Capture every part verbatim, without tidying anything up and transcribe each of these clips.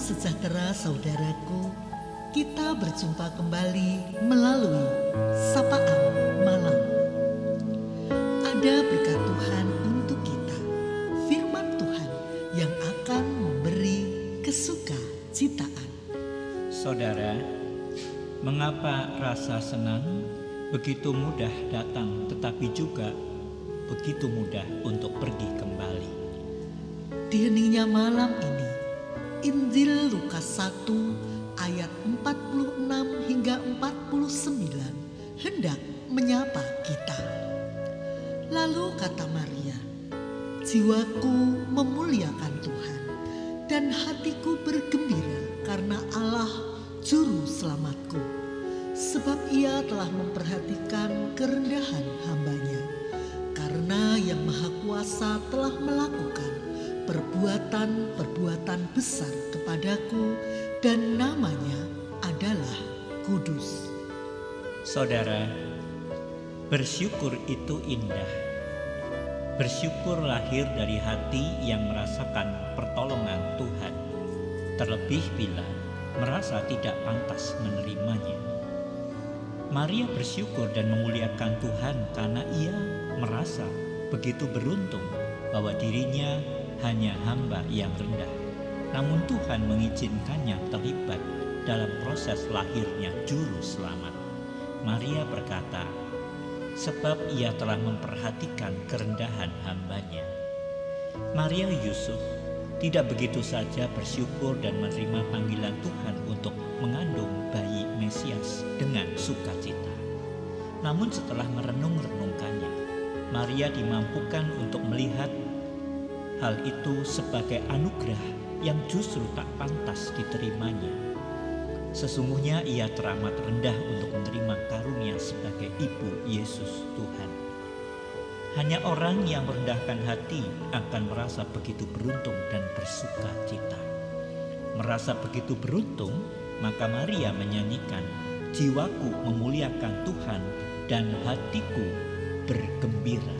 sejahtera saudaraku, kita berjumpa kembali melalui Sapaan Malam. Ada berkat Tuhan untuk kita, firman Tuhan yang akan memberi kesukacitaan. Saudara, mengapa rasa senang begitu mudah datang tetapi juga begitu mudah untuk pergi kembali? Di heningnya malam ini, Injil Lukas satu ayat empat puluh enam hingga empat puluh sembilan hendak menyapa kita. Lalu kata Maria, "Jiwaku memuliakan Tuhan dan hatiku bergembira karena Allah Juru Selamatku, sebab Ia telah memperhatikan kerendahan hamba-Nya. Karena Yang Maha Kuasa telah melakukan perbuatan-perbuatan besar kepadaku dan namanya adalah kudus." Saudara, bersyukur itu indah. Bersyukur lahir dari hati yang merasakan pertolongan Tuhan, terlebih bila merasa tidak pantas menerimanya. Maria bersyukur dan memuliakan Tuhan karena ia merasa begitu beruntung bahwa dirinya hanya hamba yang rendah. Namun Tuhan mengizinkannya terlibat dalam proses lahirnya Juru Selamat. Maria berkata, sebab Ia telah memperhatikan kerendahan hamba-Nya. Maria Yusuf tidak begitu saja bersyukur dan menerima panggilan Tuhan untuk mengandung bayi Mesias dengan sukacita. Namun setelah merenung-renungkannya, Maria dimampukan untuk melihat hal itu sebagai anugerah yang justru tak pantas diterimanya. Sesungguhnya ia teramat rendah untuk menerima karunia sebagai ibu Yesus Tuhan. Hanya orang yang merendahkan hati akan merasa begitu beruntung dan bersuka cita. Merasa begitu beruntung, maka Maria menyanyikan, "Jiwaku memuliakan Tuhan dan hatiku bergembira."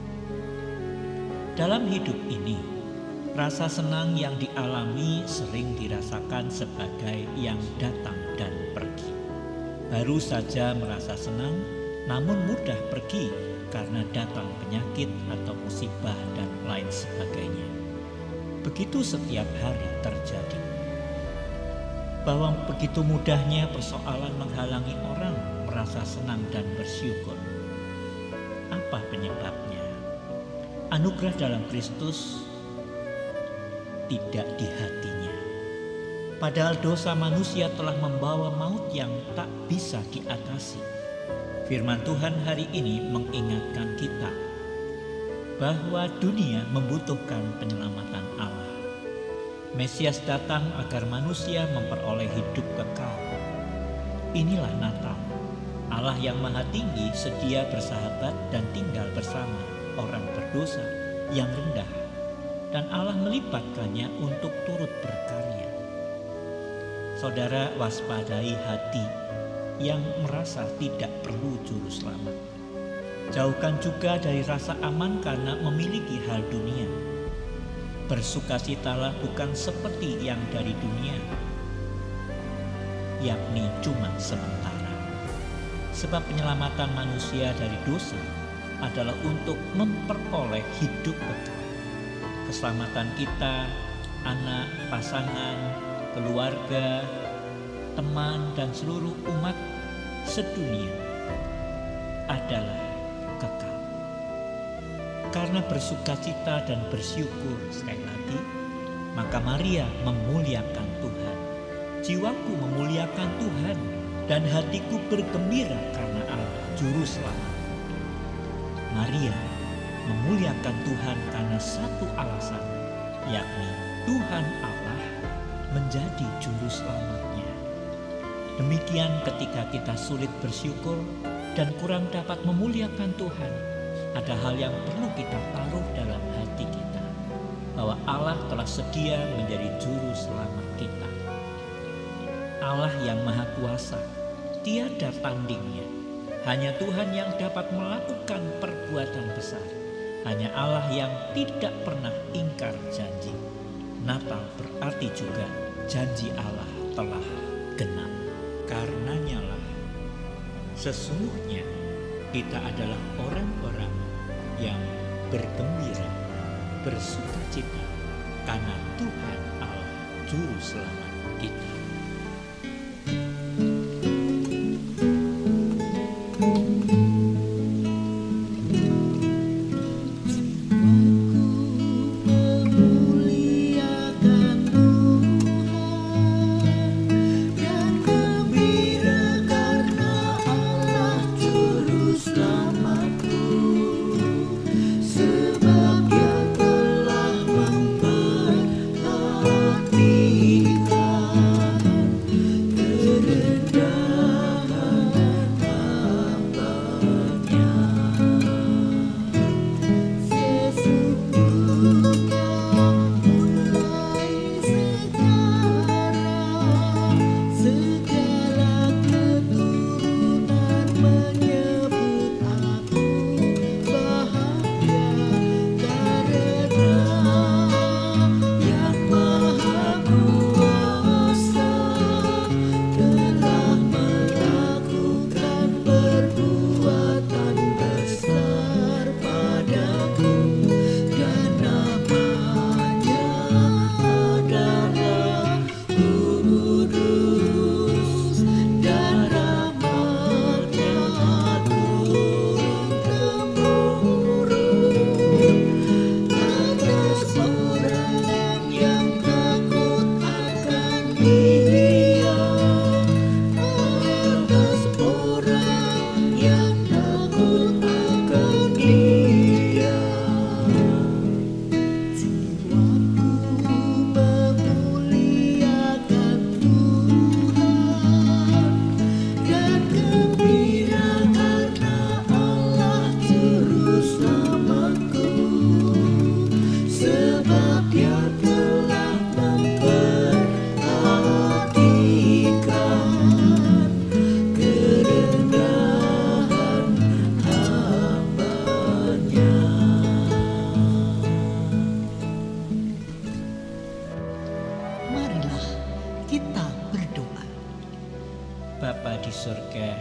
Dalam hidup ini, rasa senang yang dialami sering dirasakan sebagai yang datang dan pergi. Baru saja merasa senang, namun mudah pergi karena datang penyakit atau musibah dan lain sebagainya. Begitu setiap hari terjadi. Bahwa begitu mudahnya persoalan menghalangi orang merasa senang dan bersyukur. Apa penyebabnya? Anugerah dalam Kristus tidak di hatinya. Padahal dosa manusia telah membawa maut yang tak bisa diatasi. Firman Tuhan hari ini mengingatkan kita bahwa dunia membutuhkan penyelamatan Allah. Mesias datang agar manusia memperoleh hidup kekal. Inilah Natal. Allah yang Maha Tinggi sedia bersahabat dan tinggal bersama orang berdosa yang rendah, dan Allah melibatkannya untuk turut berkarya. Saudara, waspadai hati yang merasa tidak perlu juru selamat. Jauhkan juga dari rasa aman karena memiliki hal dunia. Bersukacitalah bukan seperti yang dari dunia, yakni cuma sementara. Sebab penyelamatan manusia dari dosa adalah untuk memperoleh hidup kekal. Keselamatan kita, anak, pasangan, keluarga, teman, dan seluruh umat sedunia adalah kekal. Karena bersukacita dan bersyukur sekali lagi, maka Maria memuliakan Tuhan. Jiwaku memuliakan Tuhan dan hatiku bergembira karena Allah Juru Selamat. Maria memuliakan Tuhan karena satu alasan, yakni Tuhan Allah menjadi Juru Selamatnya. Demikian ketika kita sulit bersyukur dan kurang dapat memuliakan Tuhan, ada hal yang perlu kita taruh dalam hati kita, bahwa Allah telah sedia menjadi Juru Selamat kita. Allah yang Maha Kuasa, tiada tandingnya. Hanya Tuhan yang dapat melakukan perbuatan besar. Hanya Allah yang tidak pernah ingkar janji. Natal berarti nanti juga janji Allah telah genap. Karenanya lah sesungguhnya kita adalah orang-orang yang bergembira, bersukacita karena Tuhan Allah Juru Selamat kita. Bapa di surga,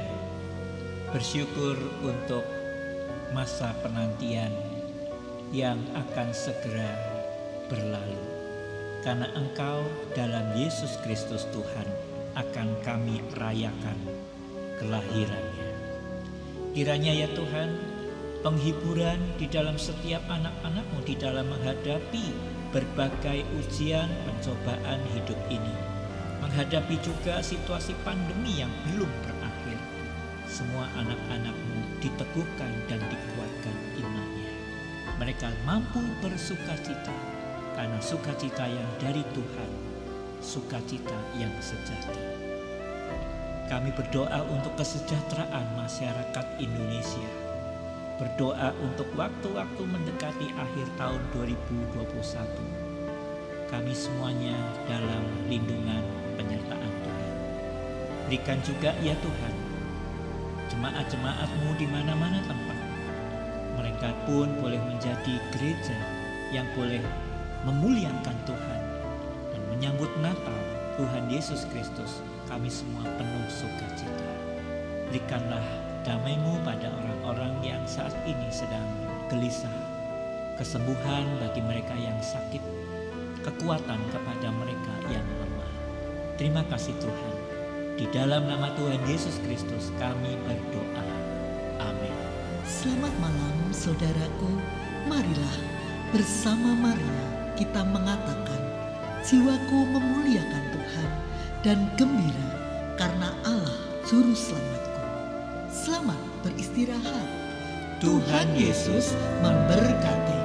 bersyukur untuk masa penantian yang akan segera berlalu. Karena Engkau dalam Yesus Kristus Tuhan akan kami rayakan kelahirannya. Kiranya ya Tuhan, penghiburan di dalam setiap anak-anak-Mu di dalam menghadapi berbagai ujian pencobaan hidup ini, menghadapi juga situasi pandemi yang belum berakhir. Semua anak-anak-Mu diteguhkan dan dikuatkan imannya. Mereka mampu bersukacita karena sukacita yang dari Tuhan, sukacita yang sejati. Kami berdoa untuk kesejahteraan masyarakat Indonesia. Berdoa untuk waktu-waktu mendekati akhir tahun dua ribu dua puluh satu. Kami semuanya dalam lindungan penyertaan Tuhan. Berikan juga ya Tuhan, jemaat-jemaat-Mu di mana-mana tempat. Mereka pun boleh menjadi gereja yang boleh memuliakan Tuhan dan menyambut Natal Tuhan Yesus Kristus. Kami semua penuh sukacita. Berikanlah damai-Mu pada orang-orang yang saat ini sedang gelisah, kesembuhan bagi mereka yang sakit, kekuatan kepada mereka yang lemah. Terima kasih Tuhan. Di dalam nama Tuhan Yesus Kristus kami berdoa. Amin. Selamat malam saudaraku. Marilah bersama Maria kita mengatakan, jiwaku memuliakan Tuhan dan gembira karena Allah Juru Selamatku. Selamat beristirahat. Tuhan Yesus memberkati.